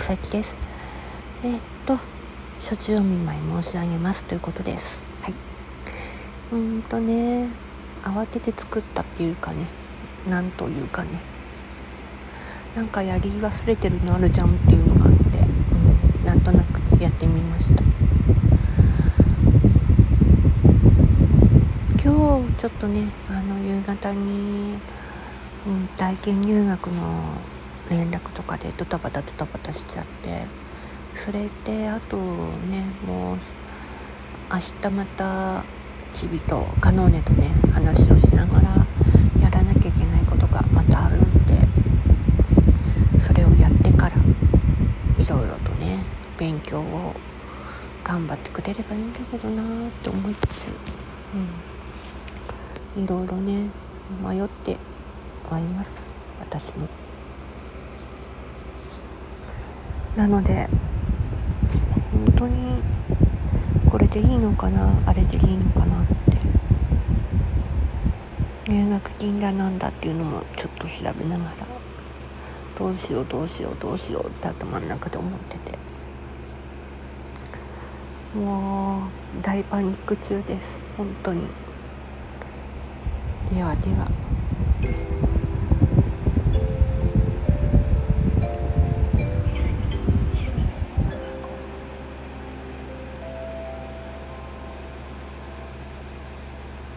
咲です。処置お見舞い申し上げますということです。はい。慌てて作ったっていうかね、なんというかね、なんかやり忘れてるのあるじゃんっていうのがあって、なんとなくやってみました。今日ちょっとね、夕方に、体験入学の連絡とかでドタバタしちゃって、それであとね、もう明日またチビとカノーネとね話をしながらやらなきゃいけないことがまたあるんで、それをやってからいろいろとね勉強を頑張ってくれればいいんだけどなーって思いつつ、いろいろね迷ってはいます、私も。なので本当にこれでいいのかな、あれでいいのかなって、入学金だなんだっていうのもちょっと調べながら、どうしようって頭の中で思ってて、もう大パニック中です、本当に。ではでは。